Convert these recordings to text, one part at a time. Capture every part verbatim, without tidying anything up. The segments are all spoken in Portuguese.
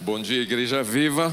Bom dia, Igreja Viva.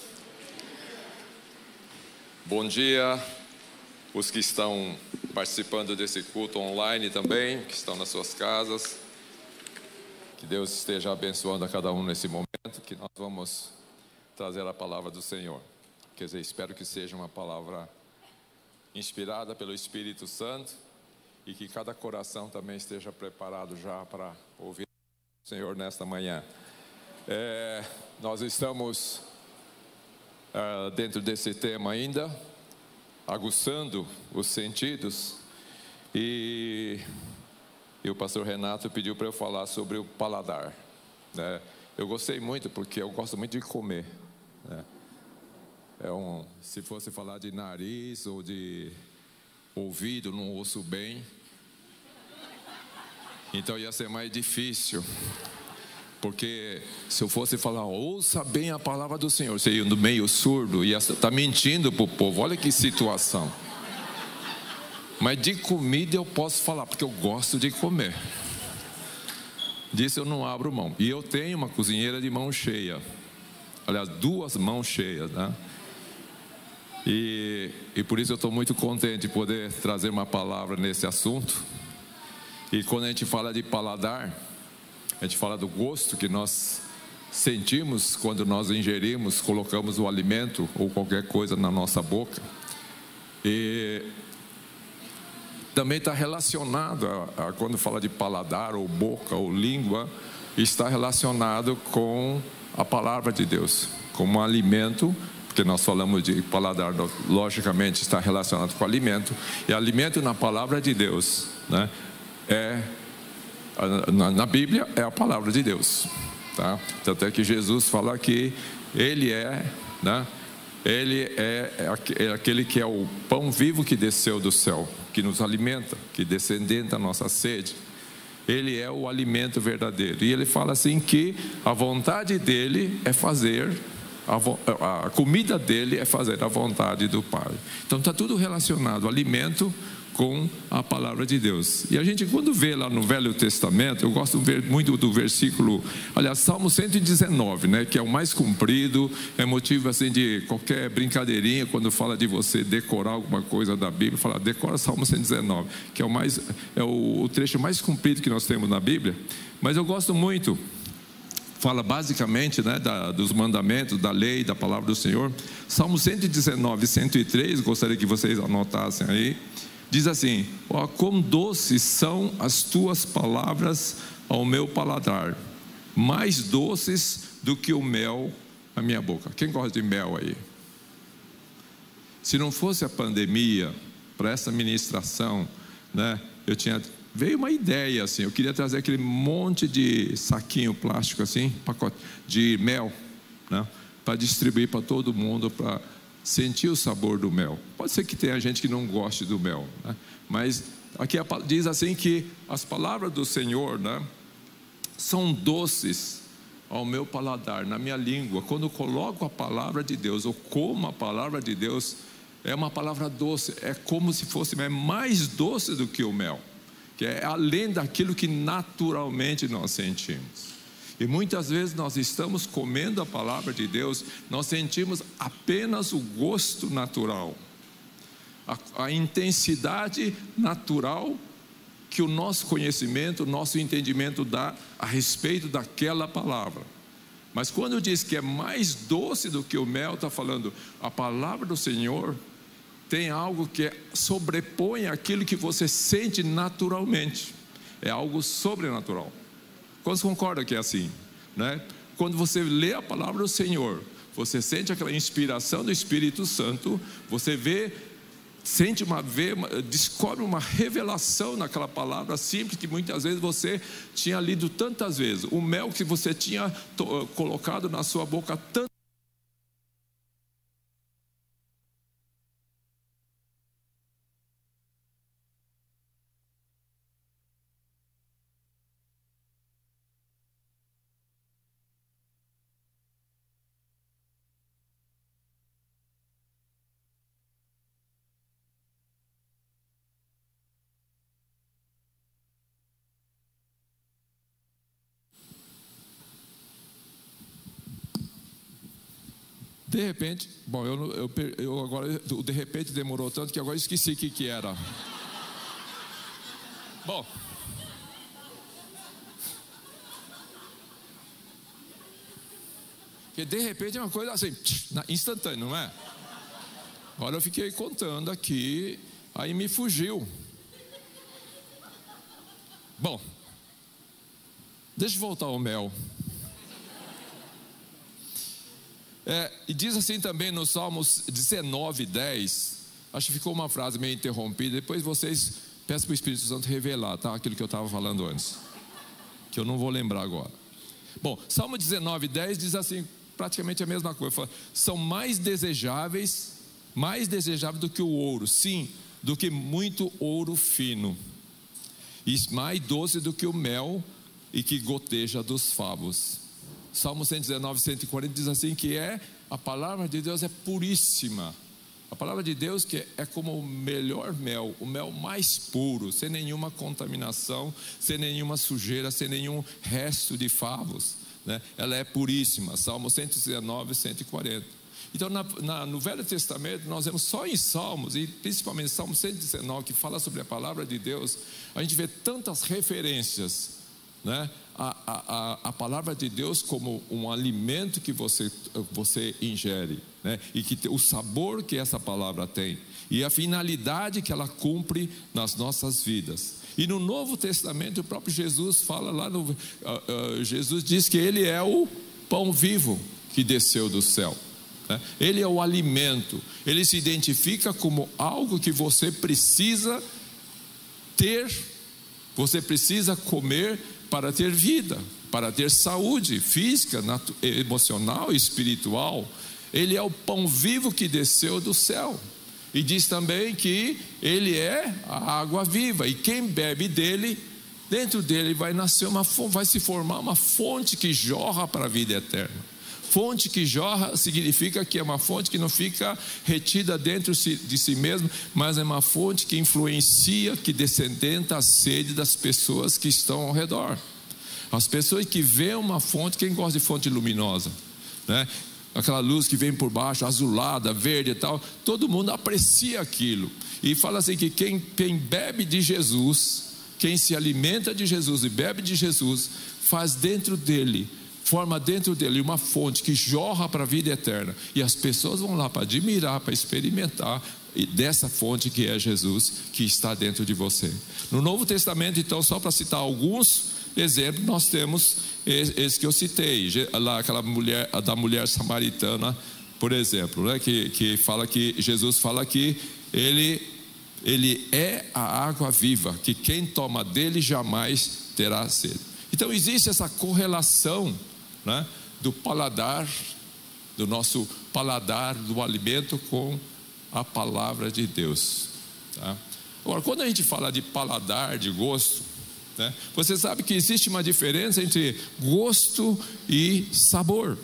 Bom dia, os que estão participando desse culto online também, que estão nas suas casas. Que Deus esteja abençoando a cada um nesse momento, que nós vamos trazer a palavra do Senhor. Quer dizer, espero que seja uma palavra inspirada pelo Espírito Santo e que cada coração também esteja preparado já para ouvir o Senhor nesta manhã. É, nós estamos uh, dentro desse tema ainda, aguçando os sentidos, e, e o pastor Renato pediu para eu falar sobre o paladar, né? Eu gostei muito porque eu gosto muito de comer, né? É um, se fosse falar de nariz ou de ouvido, não ouço bem, então ia ser mais difícil. Porque se eu fosse falar, ouça bem a palavra do Senhor, você ia no meio surdo, ia estar mentindo para o povo. Olha que situação. Mas de comida eu posso falar, porque eu gosto de comer. Disso eu não abro mão. E eu tenho uma cozinheira de mão cheia. Aliás, duas mãos cheias, né? E, e por isso eu estou muito contente de poder trazer uma palavra nesse assunto. E quando a gente fala de paladar, a gente fala do gosto que nós sentimos quando nós ingerimos, colocamos o alimento ou qualquer coisa na nossa boca. E também está relacionado, a, a, quando fala de paladar, ou boca, ou língua, está relacionado com a palavra de Deus, como alimento, porque nós falamos de paladar, logicamente está relacionado com alimento, e alimento na palavra de Deus, né, é... Na, na Bíblia é a palavra de Deus, tá? Tanto é que Jesus fala que Ele é, né? Ele é, é aquele que é o pão vivo que desceu do céu, que nos alimenta, que descendenta a nossa sede. Ele é o alimento verdadeiro. E Ele fala assim que a vontade dEle é fazer, a, a comida dEle é fazer a vontade do Pai. Então está tudo relacionado, alimento com a palavra de Deus. E a gente, quando vê lá no Velho Testamento, eu gosto de ver muito do versículo, aliás, Salmo cento e dezenove, né, que é o mais comprido, é motivo assim de qualquer brincadeirinha, quando fala de você decorar alguma coisa da Bíblia, fala, decora Salmo cento e dezenove, que é o mais, é o, o trecho mais comprido que nós temos na Bíblia. Mas eu gosto muito, fala basicamente, né, da, dos mandamentos, da lei, da palavra do Senhor. Salmo cento e dezenove, cento e três, gostaria que vocês anotassem aí. Diz assim: ó, quão doces são as tuas palavras ao meu paladar, mais doces do que o mel à minha boca. Quem gosta de mel aí? Se não fosse a pandemia, para essa ministração, né, eu tinha, veio uma ideia assim, eu queria trazer aquele monte de saquinho plástico assim, pacote de mel, né, para distribuir para todo mundo, para sentir o sabor do mel. Pode ser que tenha gente que não goste do mel, né? Mas aqui diz assim que as palavras do Senhor, né, são doces ao meu paladar, na minha língua. Quando eu coloco a palavra de Deus, ou como a palavra de Deus, é uma palavra doce, é como se fosse é mais doce do que o mel, que é além daquilo que naturalmente nós sentimos. E muitas vezes nós estamos comendo a palavra de Deus, nós sentimos apenas o gosto natural, a, a intensidade natural que o nosso conhecimento, o nosso entendimento dá a respeito daquela palavra. Mas quando diz que é mais doce do que o mel, está falando, a palavra do Senhor tem algo que sobrepõe aquilo que você sente naturalmente, é algo sobrenatural. Quantos concordam que é assim, né? Quando você lê a palavra do Senhor, você sente aquela inspiração do Espírito Santo, você vê, sente uma, vê, descobre uma revelação naquela palavra simples que muitas vezes você tinha lido tantas vezes, o mel que você tinha to, colocado na sua boca tanto. De repente, bom, eu, eu, eu agora, de repente demorou tanto que agora esqueci o que, que era. Bom, porque de repente é uma coisa assim, instantânea, não é? Agora eu fiquei contando aqui, aí me fugiu. Bom, deixa eu voltar ao mel. É, e diz assim também no Salmos dezenove, dez. Acho que ficou uma frase meio interrompida. Depois vocês peçam para o Espírito Santo revelar, tá? Aquilo que eu estava falando antes, que eu não vou lembrar agora. Bom, Salmo dezenove, dez diz assim, praticamente a mesma coisa. Fala, são mais desejáveis, mais desejáveis do que o ouro, sim, do que muito ouro fino, e mais doce do que o mel e que goteja dos favos. Salmo cento e dezenove, cento e quarenta diz assim que é, a palavra de Deus é puríssima. A palavra de Deus que é como o melhor mel, o mel mais puro, sem nenhuma contaminação, sem nenhuma sujeira, sem nenhum resto de favos, né? Ela é puríssima. Salmo cento e dezenove, cento e quarenta. Então na, na, no Velho Testamento nós vemos só em Salmos, e principalmente Salmo cento e dezenove, que fala sobre a palavra de Deus, a gente vê tantas referências, né? A, a, a palavra de Deus como um alimento que você, você ingere, né? E que o sabor que essa palavra tem, e a finalidade que ela cumpre nas nossas vidas. E no Novo Testamento o próprio Jesus fala lá no, uh, uh, Jesus diz que Ele é o pão vivo que desceu do céu, né? Ele é o alimento. Ele se identifica como algo que você precisa ter, você precisa comer para ter vida, para ter saúde física, emocional e espiritual. Ele é o pão vivo que desceu do céu. E diz também que Ele é a água viva, e quem bebe dele, dentro dele vai nascer uma fonte, vai se formar uma fonte que jorra para a vida eterna. Fonte que jorra significa que é uma fonte que não fica retida dentro de si mesmo, mas é uma fonte que influencia, que descendenta a sede das pessoas que estão ao redor. As pessoas que veem uma fonte, quem gosta de fonte luminosa, né? Aquela luz que vem por baixo, azulada, verde e tal, todo mundo aprecia aquilo. E fala assim que quem, quem bebe de Jesus, quem se alimenta de Jesus e bebe de Jesus, faz dentro dele, forma dentro dele uma fonte que jorra para a vida eterna. E as pessoas vão lá para admirar, para experimentar dessa fonte que é Jesus, que está dentro de você. No Novo Testamento, então, só para citar alguns exemplos, nós temos esse que eu citei, lá aquela mulher, da mulher samaritana, por exemplo, né, que, que fala que Jesus fala que ele, ele é a água viva, que quem toma dele jamais terá sede. Então existe essa correlação, né, do paladar, do nosso paladar do alimento com a palavra de Deus, tá? Agora, quando a gente fala de paladar, de gosto, né, você sabe que existe uma diferença entre gosto e sabor,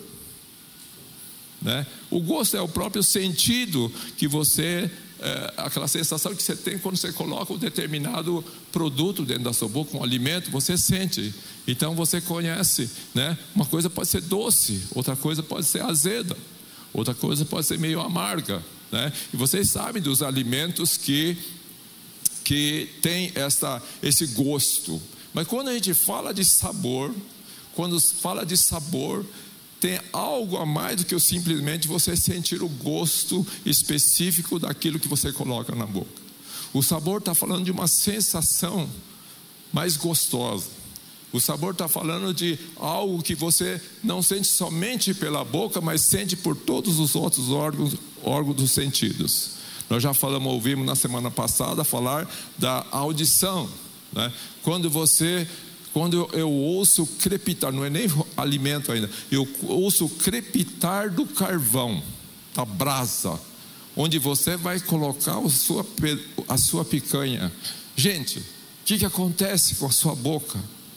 né? O gosto é o próprio sentido que você, é, aquela sensação que você tem quando você coloca um determinado produto dentro da sua boca, um alimento, você sente. Então você conhece, né? Uma coisa pode ser doce, outra coisa pode ser azeda, outra coisa pode ser meio amarga, né? E vocês sabem dos alimentos que que tem esta, esse gosto. Mas quando a gente fala de sabor, quando fala de sabor, tem algo a mais do que simplesmente você sentir o gosto específico daquilo que você coloca na boca. O sabor está falando de uma sensação mais gostosa. O sabor está falando de algo que você não sente somente pela boca, mas sente por todos os outros órgãos, órgãos dos sentidos. Nós já falamos, ouvimos na semana passada falar da audição, né? Quando você, quando eu ouço crepitar, não é nem alimento ainda, eu ouço crepitar do carvão, da brasa, onde você vai colocar a sua, a sua picanha. Gente, o que, que acontece com a sua boca?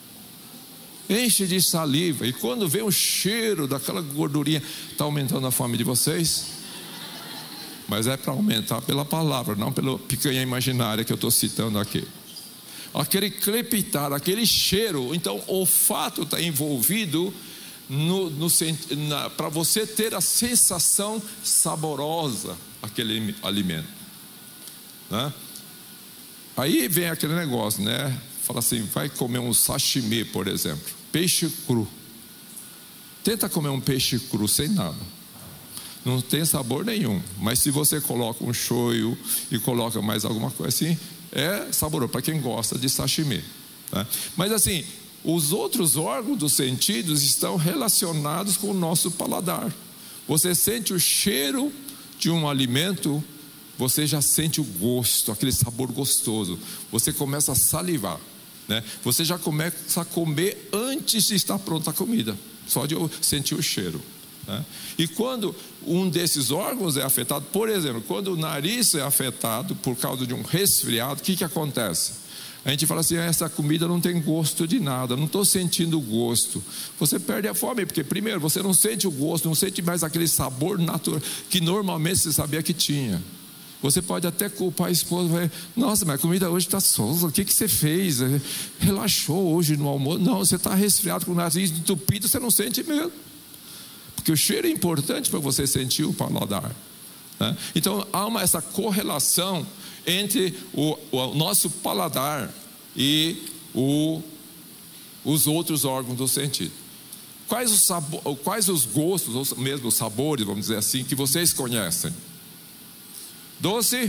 Enche de saliva, e quando vem o cheiro daquela gordurinha, está aumentando a fome de vocês? Mas é para aumentar pela palavra, não pela picanha imaginária que eu estou citando aqui. Aquele crepitar, aquele cheiro. Então o olfato está envolvido no, no, para você ter a sensação saborosa aquele alimento, né? Aí vem aquele negócio, né? Fala assim, vai comer um sashimi, por exemplo, peixe cru. Tenta comer um peixe cru sem nada, não tem sabor nenhum. Mas se você coloca um shoyu e coloca mais alguma coisa assim, é saboroso para quem gosta de sashimi, tá? Mas assim, os outros órgãos dos sentidos estão relacionados com o nosso paladar. Você sente o cheiro de um alimento, você já sente o gosto, aquele sabor gostoso. Você começa a salivar, né? Você já começa a comer antes de estar pronta a comida, só de eu sentir o cheiro, né? E quando um desses órgãos é afetado, por exemplo, quando o nariz é afetado por causa de um resfriado, o que que acontece? A gente fala assim, essa comida não tem gosto de nada, não estou sentindo o gosto. Você perde a fome, porque primeiro, você não sente o gosto, não sente mais aquele sabor natural que normalmente você sabia que tinha. Você pode até culpar a esposa, vai, nossa, mas a comida hoje está sosa, o que, que você fez? Relaxou hoje no almoço? Não, você está resfriado com o nariz entupido, você não sente mesmo. Porque o cheiro é importante para você sentir o paladar, né? Então há uma, essa correlação entre o, o nosso paladar e o, os outros órgãos do sentido. Quais os, sabor, quais os gostos, ou mesmo os sabores, vamos dizer assim, que vocês conhecem? Doce,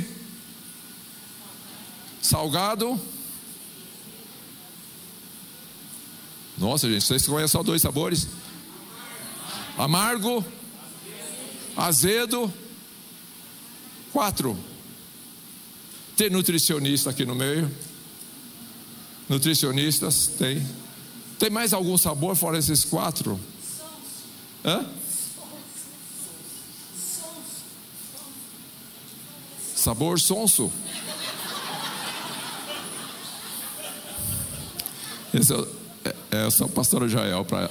salgado. Nossa, gente, vocês conhecem só dois sabores? Amargo, azedo. Quatro. Tem nutricionista aqui no meio? Nutricionistas, tem. Tem mais algum sabor fora esses quatro? Hã? Sabor sonso. Esse é, é, é só o pastor Jael para...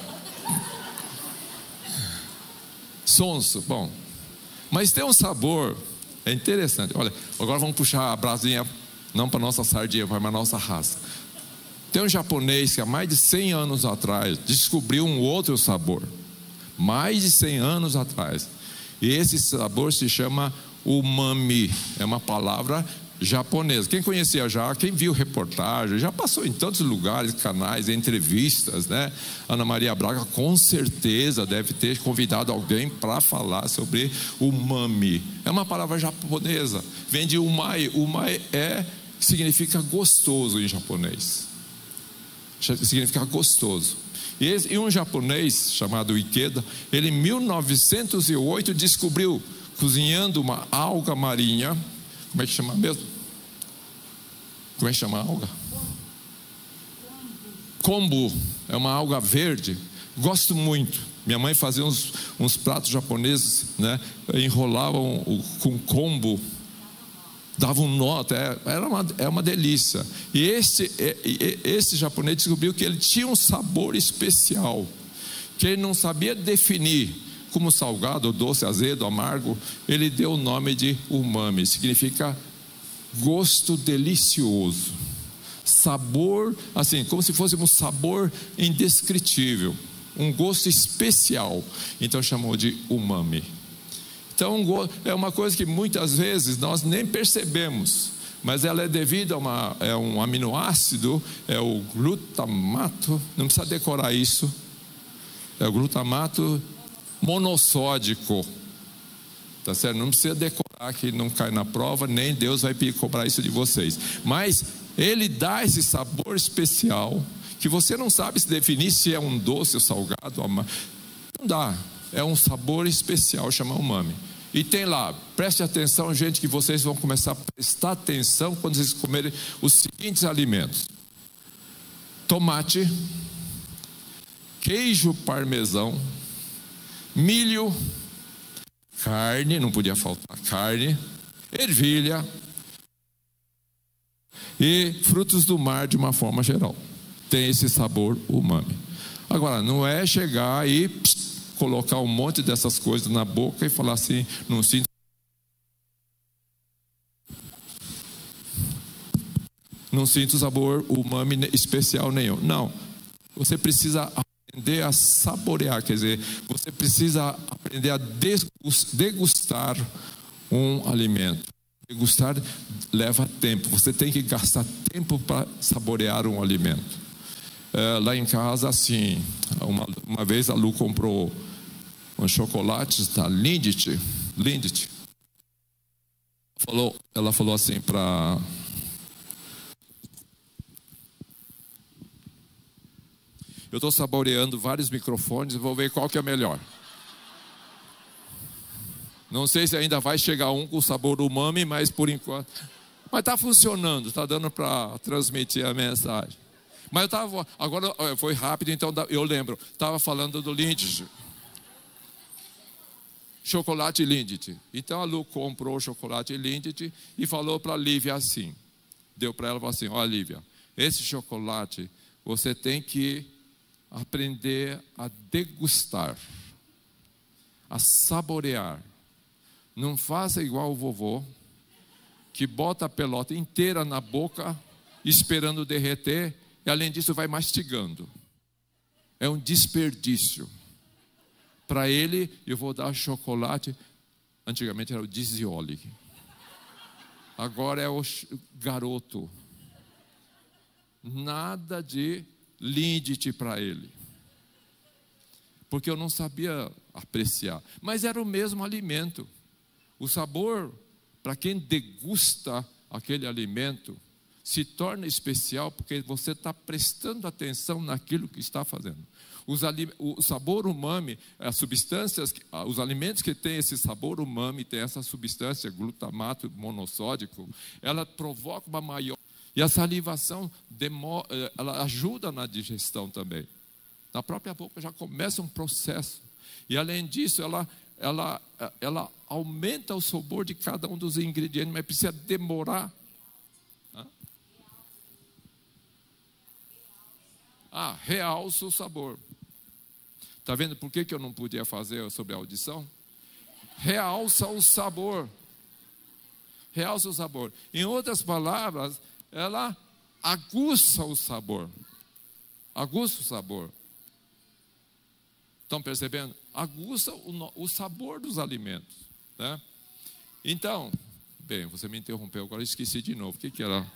Sonso, bom. Mas tem um sabor, é interessante. Olha, agora vamos puxar a brasinha, não para nossa sardinha, para a nossa raça. Tem um japonês que há mais de cem anos atrás descobriu um outro sabor. Mais de cem anos atrás. E esse sabor se chama umami. É uma palavra japonesa. Quem conhecia já, quem viu reportagem, já passou em tantos lugares, canais, entrevistas, né? Ana Maria Braga com certeza deve ter convidado alguém para falar sobre umami. É uma palavra japonesa, vem de umai. Umai é, significa gostoso em japonês. Significa gostoso. E, esse, e um japonês chamado Ikeda, ele em mil novecentos e oito descobriu, cozinhando uma alga marinha. Como é que chama mesmo? Como é que chama a alga? Kombu. É uma alga verde. Gosto muito. Minha mãe fazia uns, uns pratos japoneses, né? Enrolavam o, com kombu. Davam um nó, é, era uma, é uma delícia. E esse, esse japonês descobriu que ele tinha um sabor especial, que ele não sabia definir como salgado, doce, azedo, amargo. Ele deu o nome de umami, significa gosto delicioso, sabor, assim, como se fosse um sabor indescritível, um gosto especial. Então chamou de umami. Então é uma coisa que muitas vezes nós nem percebemos, mas ela é devida a uma, é um aminoácido, é o glutamato. Não precisa decorar isso. É o glutamato monossódico, tá certo? Não precisa decorar, que não cai na prova, nem Deus vai cobrar isso de vocês. Mas ele dá esse sabor especial que você não sabe se definir se é um doce ou salgado. Não dá. É um sabor especial, chama umami. E tem lá, preste atenção, gente, que vocês vão começar a prestar atenção quando vocês comerem os seguintes alimentos: tomate, queijo parmesão, milho, carne, não podia faltar carne, ervilha e frutos do mar de uma forma geral. Tem esse sabor umami. Agora, não é chegar e pss, colocar um monte dessas coisas na boca e falar assim, não sinto, não sinto sabor umami especial nenhum. Não, você precisa aprender a saborear, quer dizer, você precisa aprender a degustar um alimento. Degustar leva tempo, você tem que gastar tempo para saborear um alimento. É, lá em casa, assim, uma, uma vez a Lu comprou um chocolate da Lindt, Lindt. Falou, ela falou assim para... Eu estou saboreando vários microfones e vou ver qual que é melhor. Não sei se ainda vai chegar um com sabor umami, mas por enquanto... Mas está funcionando, está dando para transmitir a mensagem. Mas eu estava... Agora foi rápido, então eu lembro. Estava falando do Lindt. Chocolate Lindt. Então a Lu comprou o chocolate Lindt e falou para a Lívia assim. Deu para ela e falou assim, ó Lívia, esse chocolate você tem que aprender a degustar, a saborear. Não faça igual o vovô, que bota a pelota inteira na boca, esperando derreter, e além disso vai mastigando. É um desperdício. Para ele, eu vou dar chocolate, antigamente era o Dizioli. Agora é o garoto. Nada de Lindt para ele. Porque eu não sabia apreciar. Mas era o mesmo alimento. O sabor, para quem degusta aquele alimento, se torna especial porque você está prestando atenção naquilo que está fazendo. Os, o sabor umami, as substâncias, os alimentos que têm esse sabor umami, tem essa substância, glutamato monossódico, ela provoca uma maior... E a salivação demora, ela ajuda na digestão também. Na própria boca já começa um processo. E além disso, ela, ela, ela aumenta o sabor de cada um dos ingredientes, mas precisa demorar. Ah, realça o sabor. Está vendo por que, que eu não podia fazer sobre a audição? Realça o sabor. Realça o sabor. Em outras palavras, ela aguça o sabor. Aguça o sabor. Estão percebendo? Aguça o, o sabor dos alimentos, né? Então, bem, você me interrompeu, agora eu esqueci de novo. O que, que era?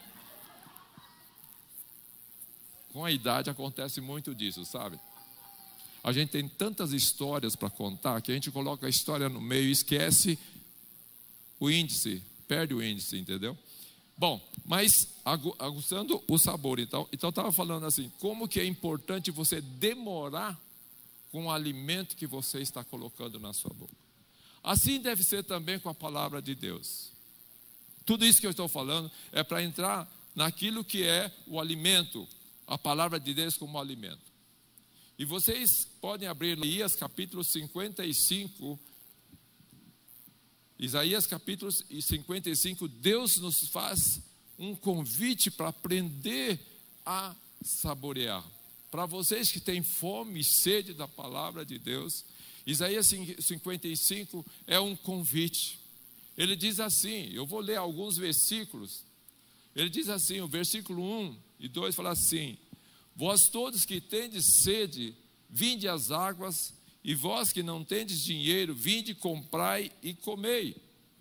Com a idade acontece muito disso, sabe? A gente tem tantas histórias para contar que a gente coloca a história no meio e esquece o índice, perde o índice, entendeu? Bom, mas aguçando o sabor, então, então estava falando assim, como que é importante você demorar com o alimento que você está colocando na sua boca. Assim deve ser também com a palavra de Deus. Tudo isso que eu estou falando é para entrar naquilo que é o alimento, a palavra de Deus como alimento. E vocês podem abrir Isaías capítulo cinquenta e cinco. Isaías capítulo cinquenta e cinco, Deus nos faz um convite para aprender a saborear. Para vocês que têm fome e sede da palavra de Deus, Isaías cinquenta e cinco é um convite. Ele diz assim, eu vou ler alguns versículos. Ele diz assim, o versículo um e dois fala assim: vós todos que tendes sede, vinde às águas, e vós que não tendes dinheiro, vinde, comprai e comei.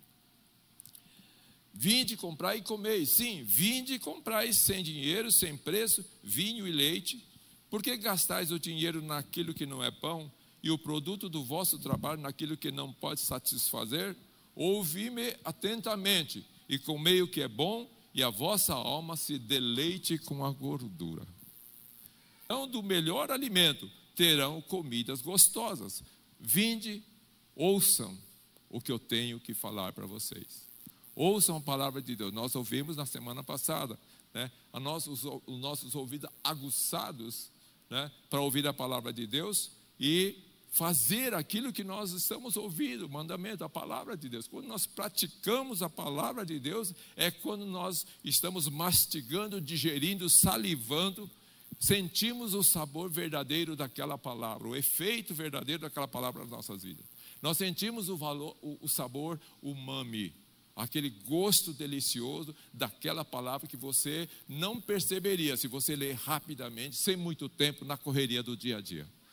Vinde, comprai e comei. Sim, vinde e comprai sem dinheiro, sem preço, vinho e leite. Por que gastais o dinheiro naquilo que não é pão, e o produto do vosso trabalho naquilo que não pode satisfazer? Ouvi-me atentamente, e comei o que é bom, e a vossa alma se deleite com a gordura. Então, do melhor alimento terão comidas gostosas. Vinde, ouçam o que eu tenho que falar para vocês. Ouçam a palavra de Deus. Nós ouvimos na semana passada, né? A nossos, os nossos ouvidos aguçados, né? Para ouvir a palavra de Deus e fazer aquilo que nós estamos ouvindo, o mandamento, a palavra de Deus. Quando nós praticamos a palavra de Deus, é quando nós estamos mastigando, digerindo, salivando, sentimos o sabor verdadeiro daquela palavra, o efeito verdadeiro daquela palavra nas nossas vidas. Nós sentimos o, valor, o, o sabor umami, aquele gosto delicioso daquela palavra que você não perceberia se você ler rapidamente, sem muito tempo, na correria do dia a dia.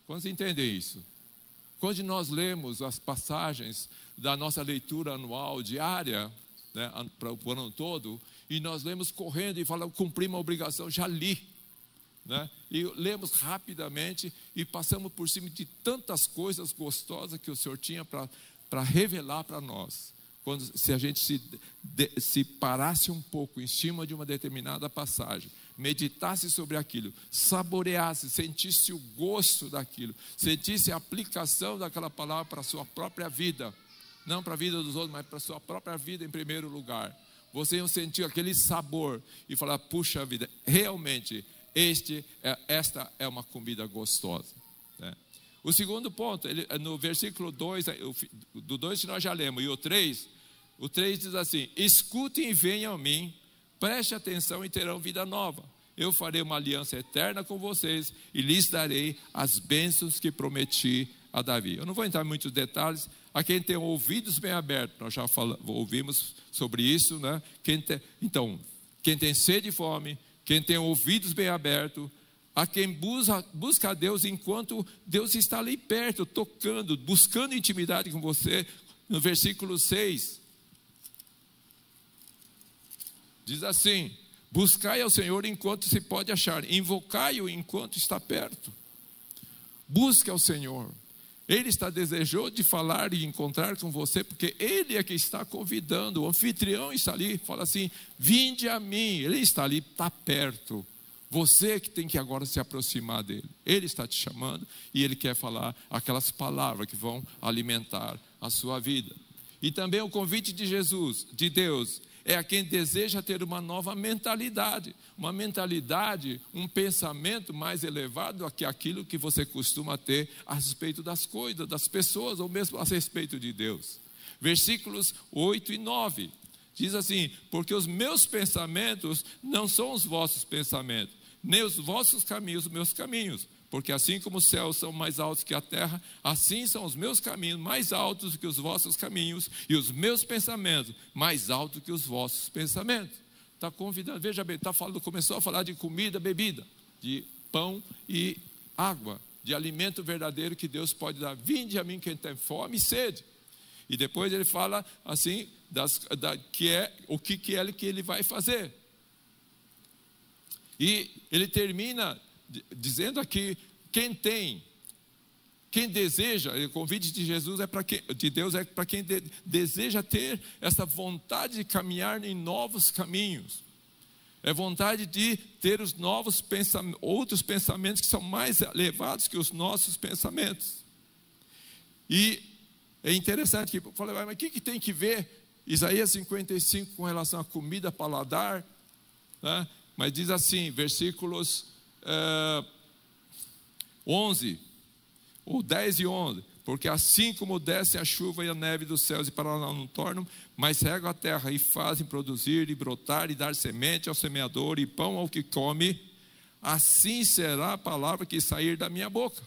Quantos entendem isso? Quando nós lemos as passagens da nossa leitura anual, diária, né, para o ano todo, e nós lemos correndo e falamos, cumpri uma obrigação, já li. Né? E lemos rapidamente e passamos por cima de tantas coisas gostosas que o Senhor tinha para revelar para nós. Quando, se a gente se, de, se parasse um pouco em cima de uma determinada passagem, meditasse sobre aquilo, saboreasse, sentisse o gosto daquilo, sentisse a aplicação daquela palavra para a sua própria vida, não para a vida dos outros, mas para a sua própria vida em primeiro lugar. Você ia sentir aquele sabor e falar, puxa vida, realmente, este, esta é uma comida gostosa. Né? O segundo ponto, ele, no versículo dois, do dois que nós já lemos, e o três, o três diz assim, escutem e venham a mim, preste atenção e terão vida nova. Eu farei uma aliança eterna com vocês e lhes darei as bênçãos que prometi a Davi. Eu não vou entrar em muitos detalhes. A quem tem ouvidos bem abertos, nós já falamos, ouvimos sobre isso, né? Quem tem, então, quem tem sede e fome, quem tem ouvidos bem abertos, a quem busca, busca a Deus enquanto Deus está ali perto, tocando, buscando intimidade com você. No versículo seis, diz assim, buscai ao Senhor enquanto se pode achar, invocai-o enquanto está perto. Busque ao Senhor. Ele está desejoso de falar e encontrar com você, porque Ele é que está convidando. O anfitrião está ali, fala assim, vinde a mim. Ele está ali, está perto. Você que tem que agora se aproximar dele. Ele está te chamando e Ele quer falar aquelas palavras que vão alimentar a sua vida. E também o convite de Jesus, de Deus, é a quem deseja ter uma nova mentalidade, uma mentalidade, um pensamento mais elevado do que aquilo que você costuma ter a respeito das coisas, das pessoas, ou mesmo a respeito de Deus. Versículos oito e nove, diz assim, porque os meus pensamentos não são os vossos pensamentos, nem os vossos caminhos os meus caminhos, porque assim como os céus são mais altos que a terra, assim são os meus caminhos mais altos que os vossos caminhos, e os meus pensamentos mais altos que os vossos pensamentos. Está convidando, veja bem, tá falando, começou a falar de comida, bebida, de pão e água, de alimento verdadeiro que Deus pode dar. Vinde a mim quem tem fome e sede. E depois ele fala assim, das, da, que é, o que, que é que ele vai fazer. E ele termina dizendo aqui, quem tem, quem deseja, o convite de Jesus é para quem, de Deus é para quem de, deseja ter essa vontade de caminhar em novos caminhos. É vontade de ter os novos pensamentos, outros pensamentos que são mais elevados que os nossos pensamentos. E é interessante que eu falei, mas o que, que tem que ver Isaías cinquenta e cinco com relação à comida, paladar, né? Mas diz assim, versículos Uh, onze, ou dez e onze, porque assim como desce a chuva e a neve dos céus e para lá não tornam, mas regam a terra e fazem produzir e brotar e dar semente ao semeador e pão ao que come, assim será a palavra que sair da minha boca.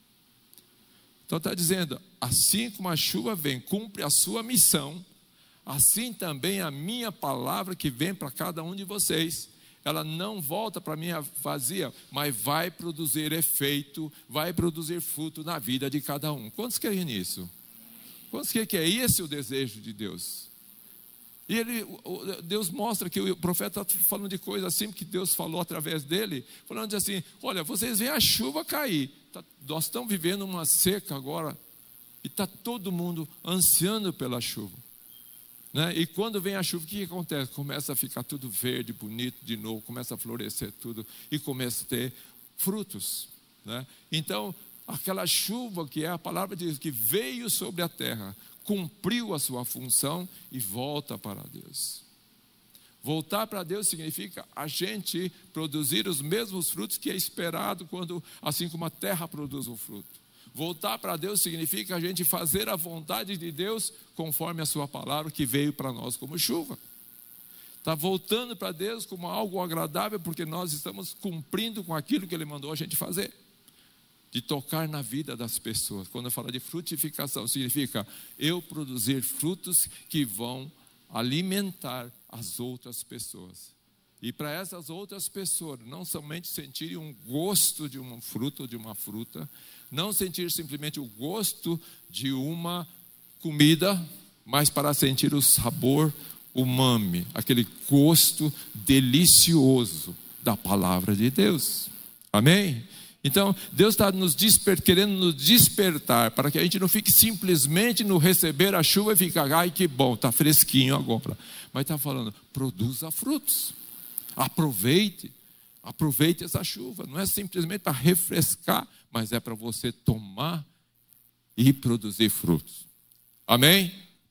Então está dizendo, assim como a chuva vem, cumpre a sua missão, assim também a minha palavra que vem para cada um de vocês, ela não volta para mim vazia, mas vai produzir efeito, vai produzir fruto na vida de cada um. Quantos querem nisso? Quantos querem que é esse o desejo de Deus? E ele, Deus mostra que o profeta está falando de coisas assim, que Deus falou através dele, falando assim, olha, vocês veem a chuva cair, tá, nós estamos vivendo uma seca agora, e está todo mundo ansiando pela chuva. Né? E quando vem a chuva, o que acontece? Começa a ficar tudo verde, bonito de novo, começa a florescer tudo e começa a ter frutos. Né? Então, aquela chuva que é a palavra de Deus, que veio sobre a terra, cumpriu a sua função e volta para Deus. Voltar para Deus significa a gente produzir os mesmos frutos que é esperado, quando, assim como a terra produz o fruto. Voltar para Deus significa a gente fazer a vontade de Deus conforme a sua palavra que veio para nós como chuva. Está voltando para Deus como algo agradável porque nós estamos cumprindo com aquilo que Ele mandou a gente fazer. De tocar na vida das pessoas. Quando eu falo de frutificação, significa eu produzir frutos que vão alimentar as outras pessoas. E para essas outras pessoas, não somente sentirem um gosto de um fruto ou de uma fruta, Não sentir simplesmente o gosto de uma comida, mas para sentir o sabor umami, aquele gosto delicioso da palavra de Deus. Amém? Então, Deus está nos desper, querendo nos despertar, para que a gente não fique simplesmente no receber a chuva e ficar, ai que bom, está fresquinho agora. Mas está falando, produza frutos, aproveite, aproveite essa chuva. Não é simplesmente para refrescar, mas é para você tomar e produzir frutos. Amém?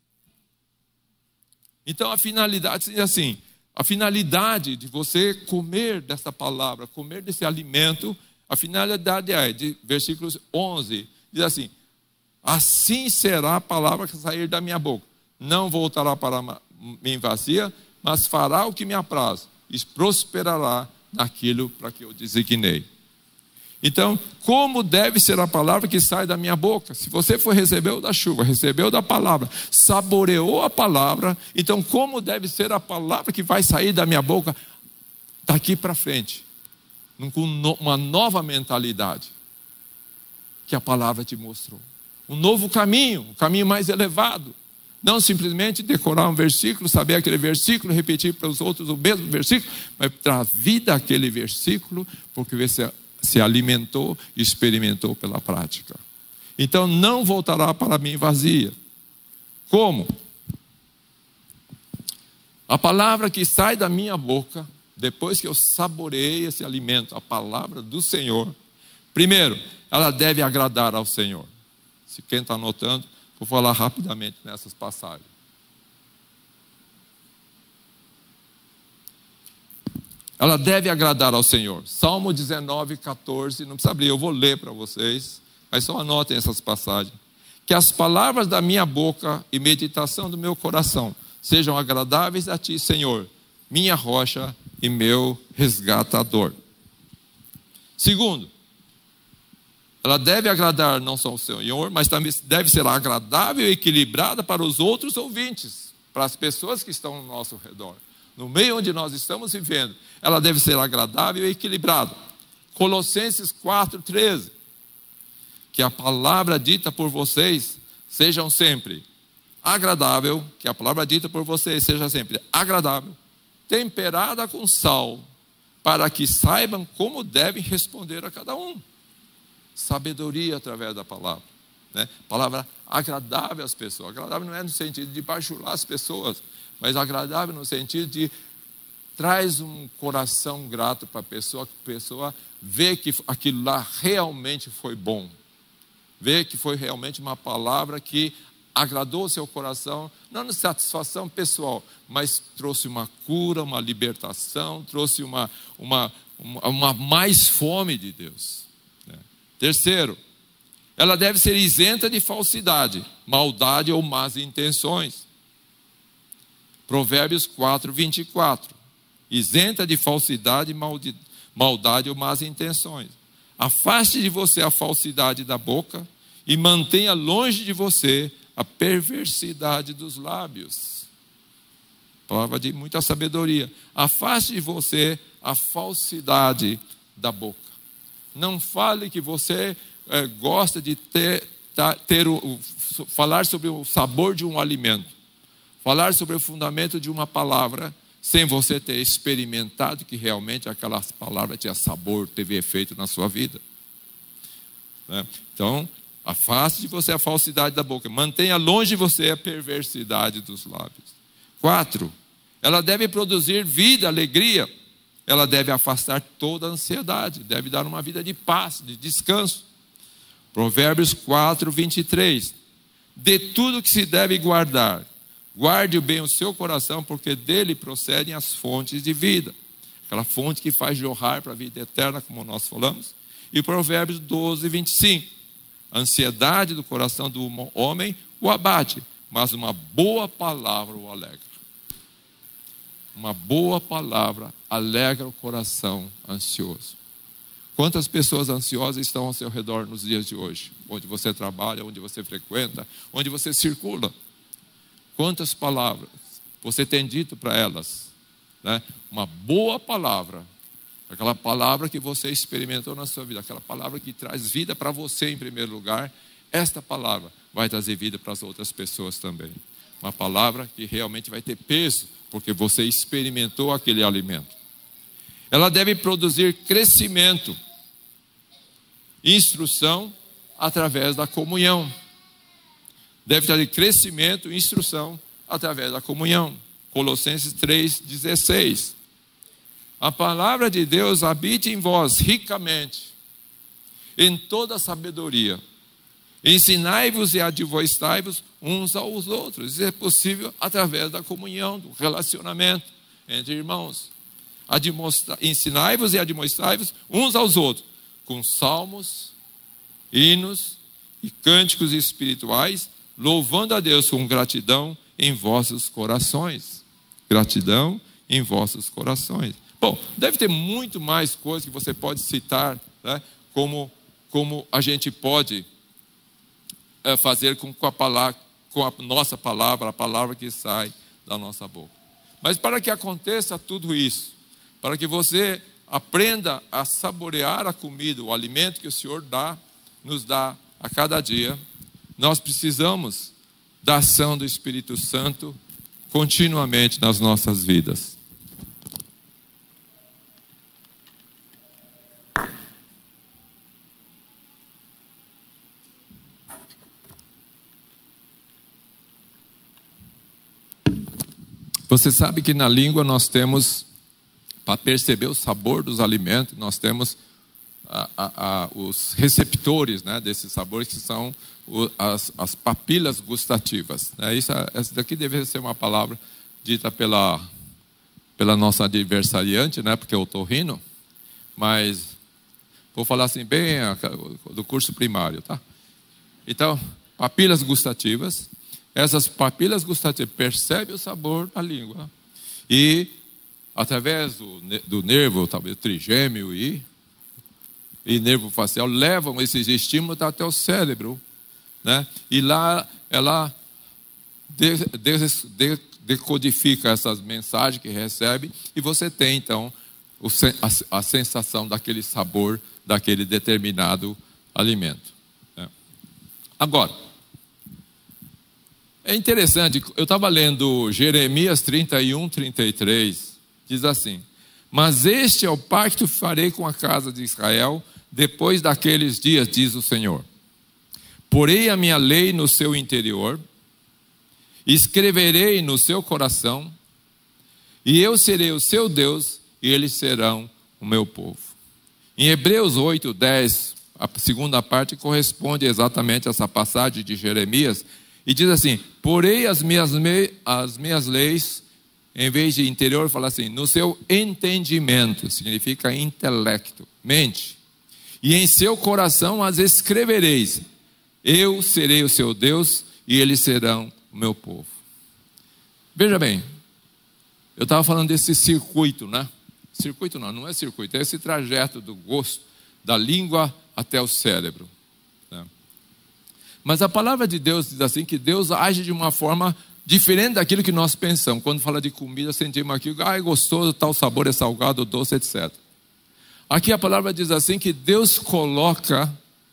Então a finalidade é assim, a finalidade de você comer dessa palavra, comer desse alimento, a finalidade é, de versículos onze, diz assim, assim será a palavra que sair da minha boca, não voltará para mim vazia, mas fará o que me apraz, e prosperará naquilo para que eu designei. Então, como deve ser a palavra que sai da minha boca? Se você for recebeu da chuva, recebeu da palavra, saboreou a palavra, então como deve ser a palavra que vai sair da minha boca daqui para frente? Com uma nova mentalidade que a palavra te mostrou. Um novo caminho, um caminho mais elevado. Não simplesmente decorar um versículo, saber aquele versículo, repetir para os outros o mesmo versículo, mas dar vida àquele versículo, porque você se alimentou e experimentou pela prática. Então não voltará para mim vazia. Como? A palavra que sai da minha boca, depois que eu saboreei esse alimento, a palavra do Senhor, primeiro, ela deve agradar ao Senhor. Se quem está anotando, vou falar rapidamente nessas passagens. Ela deve agradar ao Senhor. Salmo dezenove, quatorze, não precisa abrir, eu vou ler para vocês, mas só anotem essas passagens. Que as palavras da minha boca e meditação do meu coração sejam agradáveis a Ti, Senhor, minha rocha e meu resgatador. Segundo, ela deve agradar não só ao Senhor, mas também deve ser agradável e equilibrada para os outros ouvintes, para as pessoas que estão ao nosso redor. No meio onde nós estamos vivendo, ela deve ser agradável e equilibrada. Colossenses quatro, treze. Que a palavra dita por vocês sejam sempre agradável, que a palavra dita por vocês seja sempre agradável, temperada com sal, para que saibam como devem responder a cada um. Sabedoria através da palavra, né? Palavra agradável às pessoas. Agradável não é no sentido de bajular as pessoas, mas agradável no sentido de traz um coração grato para a pessoa, que a pessoa vê que aquilo lá realmente foi bom, vê que foi realmente uma palavra que agradou o seu coração, não na satisfação pessoal, mas trouxe uma cura, uma libertação, trouxe uma, uma, uma, uma mais fome de Deus. Né? Terceiro, ela deve ser isenta de falsidade, maldade ou más intenções. Provérbios quatro, vinte e quatro. Isenta de falsidade, maldade ou más intenções. Afaste de você a falsidade da boca e mantenha longe de você a perversidade dos lábios. Palavra de muita sabedoria. Afaste de você a falsidade da boca. Não fale que você é, gosta de ter, ter o, o, falar sobre o sabor de um alimento. Falar sobre o fundamento de uma palavra, sem você ter experimentado que realmente aquela palavra tinha sabor, teve efeito na sua vida. Né? Então, afaste de você a falsidade da boca. Mantenha longe de você a perversidade dos lábios. Quatro, ela deve produzir vida, alegria. Ela deve afastar toda a ansiedade. Deve dar uma vida de paz, de descanso. Provérbios quatro, vinte e três. De tudo que se deve guardar, guarde bem o seu coração, porque dele procedem as fontes de vida. Aquela fonte que faz jorrar para a vida eterna, como nós falamos. E Provérbios doze, vinte e cinco. A ansiedade do coração do homem o abate, mas uma boa palavra o alegra. Uma boa palavra alegra o coração ansioso. Quantas pessoas ansiosas estão ao seu redor nos dias de hoje? Onde você trabalha, onde você frequenta, onde você circula. Quantas palavras você tem dito para elas? Né? Uma boa palavra Aquela palavra que você experimentou na sua vida, aquela palavra que traz vida para você em primeiro lugar, esta palavra vai trazer vida para as outras pessoas também. Uma palavra que realmente vai ter peso, porque você experimentou aquele alimento. Ela deve produzir crescimento, instrução através da comunhão. Deve trazer crescimento e instrução através da comunhão. Colossenses três, dezesseis. A palavra de Deus habite em vós ricamente, em toda sabedoria. Ensinai-vos e admoestai-vos uns aos outros. Isso é possível através da comunhão, do relacionamento entre irmãos. Ensinai-vos e admoestai-vos uns aos outros, com salmos, hinos e cânticos espirituais, louvando a Deus com gratidão em vossos corações. Gratidão em vossos corações. Bom, deve ter muito mais coisas que você pode citar, né? como, como a gente pode é, fazer com, com, a palavra, com a nossa palavra, a palavra que sai da nossa boca. Mas para que aconteça tudo isso, para que você aprenda a saborear a comida, o alimento que o Senhor dá, nos dá a cada dia, nós precisamos da ação do Espírito Santo continuamente nas nossas vidas. Você sabe que na língua nós temos, para perceber o sabor dos alimentos, nós temos a, a, a, os receptores, né, desses sabores, que são o, as, as papilas gustativas. Né? Isso, essa daqui deve ser uma palavra dita pela, pela nossa adversariante, né, porque eu estou rindo, mas vou falar assim bem do curso primário. Tá? Então, papilas gustativas. Essas papilas gustativas percebem o sabor da língua. E, através do, do nervo, talvez trigêmeo e, e nervo facial, levam esses estímulos até o cérebro. Né? E lá ela de, de, de, decodifica essas mensagens que recebe. E você tem, então, o, a, a sensação daquele sabor, daquele determinado alimento. Né? Agora, é interessante, eu estava lendo Jeremias trinta e um, trinta e três, diz assim: mas este é o pacto que farei com a casa de Israel depois daqueles dias, diz o Senhor. Porei a minha lei no seu interior, escreverei no seu coração, e eu serei o seu Deus, e eles serão o meu povo. Em Hebreus oito, dez, a segunda parte corresponde exatamente a essa passagem de Jeremias, e diz assim: porei as minhas, as minhas leis, em vez de interior, fala assim, no seu entendimento, significa intelecto, mente. E em seu coração as escrevereis. Eu serei o seu Deus e eles serão o meu povo. Veja bem, eu estava falando desse circuito, né? Circuito não, não é circuito, é esse trajeto do gosto, da língua até o cérebro. Mas a palavra de Deus diz assim, que Deus age de uma forma diferente daquilo que nós pensamos. Quando fala de comida, sentimos aquilo, ah, é gostoso, tal sabor, é salgado, doce, etcétera. Aqui a palavra diz assim, que Deus coloca,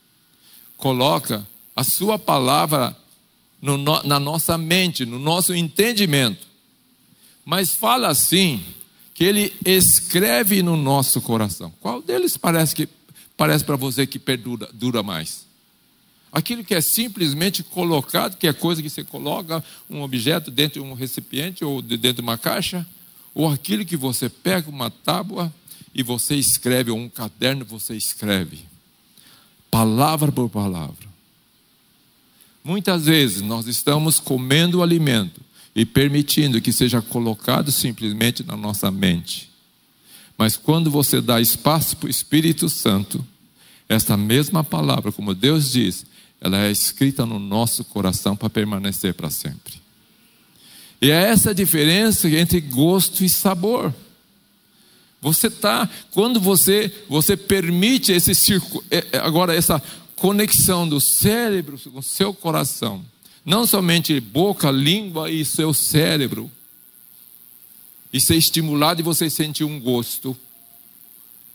coloca a sua palavra no, na nossa mente, no nosso entendimento. Mas fala assim, que Ele escreve no nosso coração. Qual deles parece, que, parece para você que perdura, dura mais? Aquilo que é simplesmente colocado, que é coisa que você coloca um objeto dentro de um recipiente ou dentro de uma caixa, ou aquilo que você pega uma tábua e você escreve, ou um caderno você escreve, palavra por palavra. Muitas vezes nós estamos comendo o alimento e permitindo que seja colocado simplesmente na nossa mente. Mas quando você dá espaço para o Espírito Santo, essa mesma palavra, como Deus diz, ela é escrita no nosso coração para permanecer para sempre. E é essa a diferença entre gosto e sabor. Você está, quando você, você permite esse circo, agora essa conexão do cérebro com o seu coração, não somente boca, língua e seu cérebro, e ser estimulado e você sentir um gosto,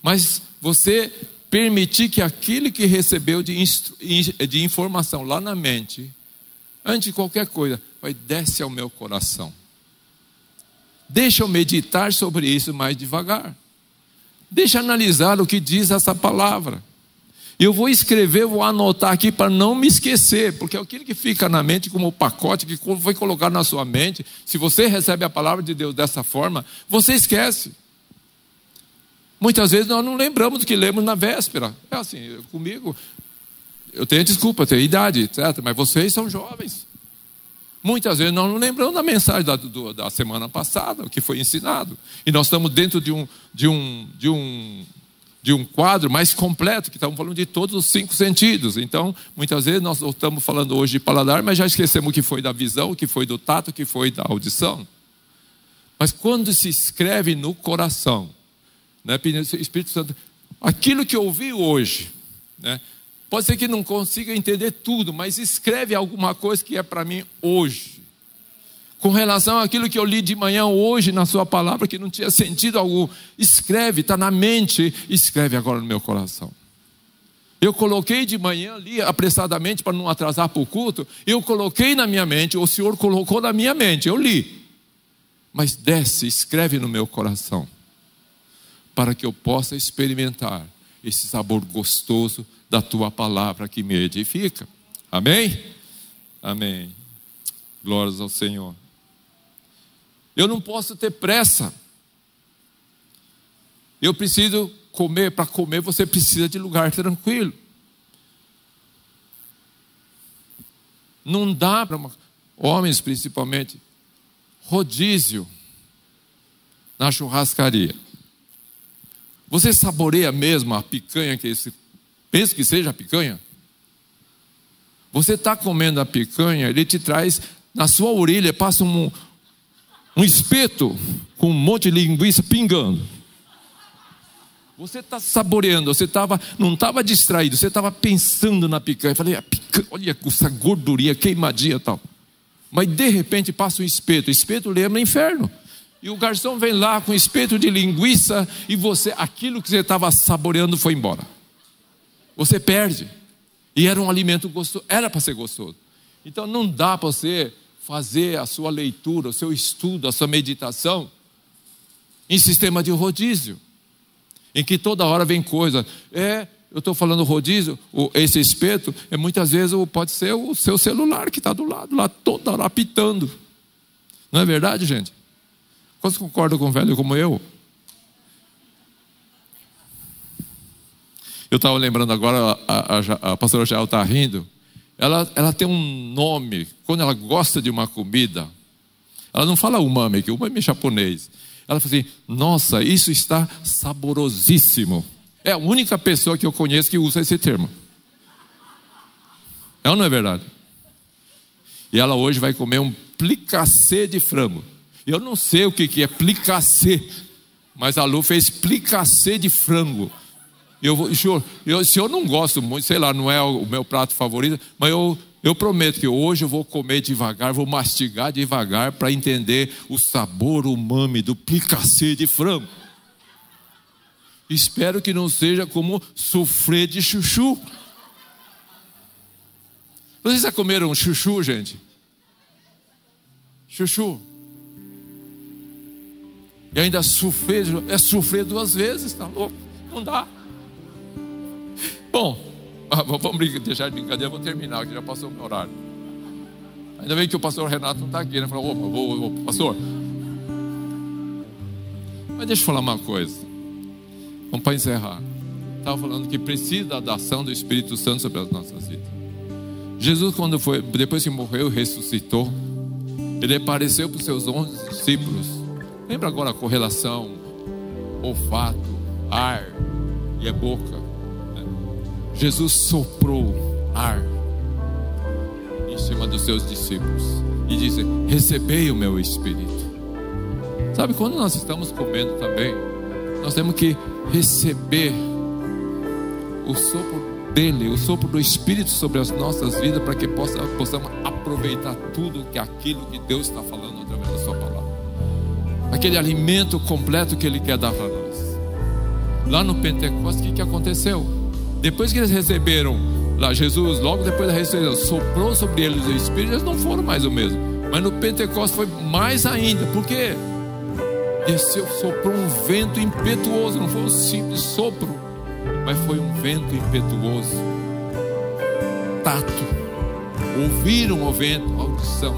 Mas você permitir que aquilo que recebeu de, instru... de informação lá na mente, antes de qualquer coisa, vai desce ao meu coração. Deixa eu meditar sobre isso mais devagar. Deixa eu analisar o que diz essa palavra. Eu vou escrever, vou anotar aqui para não me esquecer, porque aquilo que fica na mente como o pacote que foi colocado na sua mente, se você recebe a palavra de Deus dessa forma, você esquece. Muitas vezes nós não lembramos do que lemos na véspera. É assim, comigo, eu tenho desculpa, eu tenho idade, etcétera, mas vocês são jovens. Muitas vezes nós não lembramos da mensagem da, do, da semana passada, o que foi ensinado. E nós estamos dentro de um, de um, de um, de um quadro mais completo, que estamos falando de todos os cinco sentidos. Então, muitas vezes nós estamos falando hoje de paladar, mas já esquecemos o que foi da visão, o que foi do tato, o que foi da audição. Mas quando se escreve no coração, né, Espírito Santo, aquilo que eu ouvi hoje, né, pode ser que não consiga entender tudo, mas escreve alguma coisa que é para mim hoje. Com relação àquilo que eu li de manhã hoje na sua palavra, que não tinha sentido algum, escreve, está na mente, escreve agora no meu coração. Eu coloquei de manhã ali, apressadamente, para não atrasar para o culto, eu coloquei na minha mente, o Senhor colocou na minha mente, eu li. Mas desce, escreve no meu coração, para que eu possa experimentar esse sabor gostoso da tua palavra que me edifica. Amém? Amém. Glórias ao Senhor. Eu não posso ter pressa. Eu preciso comer. Para comer você precisa de lugar tranquilo. Não dá para homens principalmente rodízio na churrascaria. Você saboreia mesmo a picanha que esse pensa que seja a picanha? Você está comendo a picanha, ele te traz na sua orelha, passa um, um espeto com um monte de linguiça pingando. Você está saboreando, você tava, não estava distraído, você estava pensando na picanha. Eu falei, a picanha, olha essa gordurinha, queimadinha e tal. Mas de repente passa um espeto, espeto lembra inferno. E o garçom vem lá com espeto de linguiça e você, aquilo que você estava saboreando foi embora. Você perde. E era um alimento gostoso, era para ser gostoso. Então não dá para você fazer a sua leitura, o seu estudo, a sua meditação em sistema de rodízio, em que toda hora vem coisa. É, eu estou falando rodízio, esse espeto, é muitas vezes pode ser o seu celular que está do lado, lá toda hora apitando. Não é verdade, gente? Quantos concordam com um velho como eu? Eu estava lembrando agora, a, a, a pastora Jael está rindo. Ela, ela tem um nome, quando ela gosta de uma comida, ela não fala umami, que umami é japonês. Ela fala assim, nossa, isso está saborosíssimo. É a única pessoa que eu conheço que usa esse termo. É ou não é verdade? E ela hoje vai comer um plicassê de frango. Eu não sei o que é plicassê, mas a Lu fez plicassê de frango. Eu, eu, eu, se eu não gosto muito, sei lá, não é o meu prato favorito, mas eu, eu prometo que hoje eu vou comer devagar, vou mastigar devagar para entender o sabor umami do plicassê de frango. Espero que não seja como soufflé de chuchu. Vocês já comeram chuchu, gente? Chuchu. E ainda sofrer, é sofrer duas vezes, tá louco? Não dá. Bom, vamos deixar de brincadeira, vou terminar, que já passou o meu horário. Ainda bem que o pastor Renato não está aqui, né? Falou, opa, vou, vou, pastor. Mas deixa eu falar uma coisa. Vamos para encerrar. Estava falando que precisa da ação do Espírito Santo sobre as nossas vidas. Jesus, quando foi, depois que morreu, ressuscitou, ele apareceu para os seus onze discípulos. Lembra agora a correlação, olfato, ar e a boca. Né? Jesus soprou ar em cima dos seus discípulos e disse, recebei o meu Espírito. Sabe, quando nós estamos comendo também, nós temos que receber o sopro dele, o sopro do Espírito sobre as nossas vidas, para que possa, possamos aproveitar tudo que aquilo que Deus está falando através da sua palavra. Aquele alimento completo que Ele quer dar para nós. lá no Pentecostes, o que, que aconteceu? Depois que eles receberam lá Jesus, logo depois da ressurreição, soprou sobre eles o Espírito, eles não foram mais o mesmo. Mas no Pentecostes foi mais ainda. Por quê? Desceu, soprou um vento impetuoso. Não foi um simples sopro, mas foi um vento impetuoso. Tato. Ouviram o vento, audição.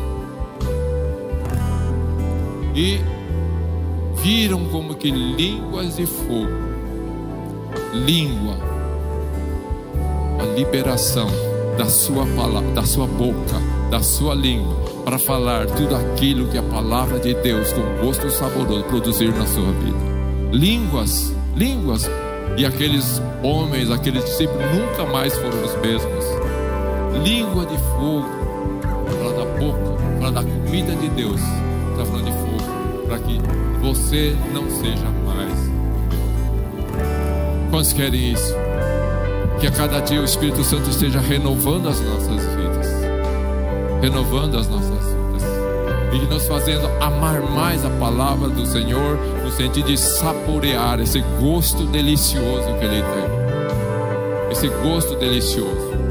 E viram como que línguas de fogo. Língua. A liberação da sua palavra, da sua boca, da sua língua, para falar tudo aquilo que a palavra de Deus, com gosto saboroso, produzir na sua vida. Línguas, línguas. E aqueles homens, aqueles discípulos nunca mais foram os mesmos. Língua de fogo. Fala da boca, fala da comida de Deus. Está falando de fogo, para que você não seja mais o mesmo. Quantos querem isso? Que a cada dia o Espírito Santo esteja renovando as nossas vidas, renovando as nossas vidas, e nos fazendo amar mais a palavra do Senhor, no sentido de saborear esse gosto delicioso que Ele tem, esse gosto delicioso.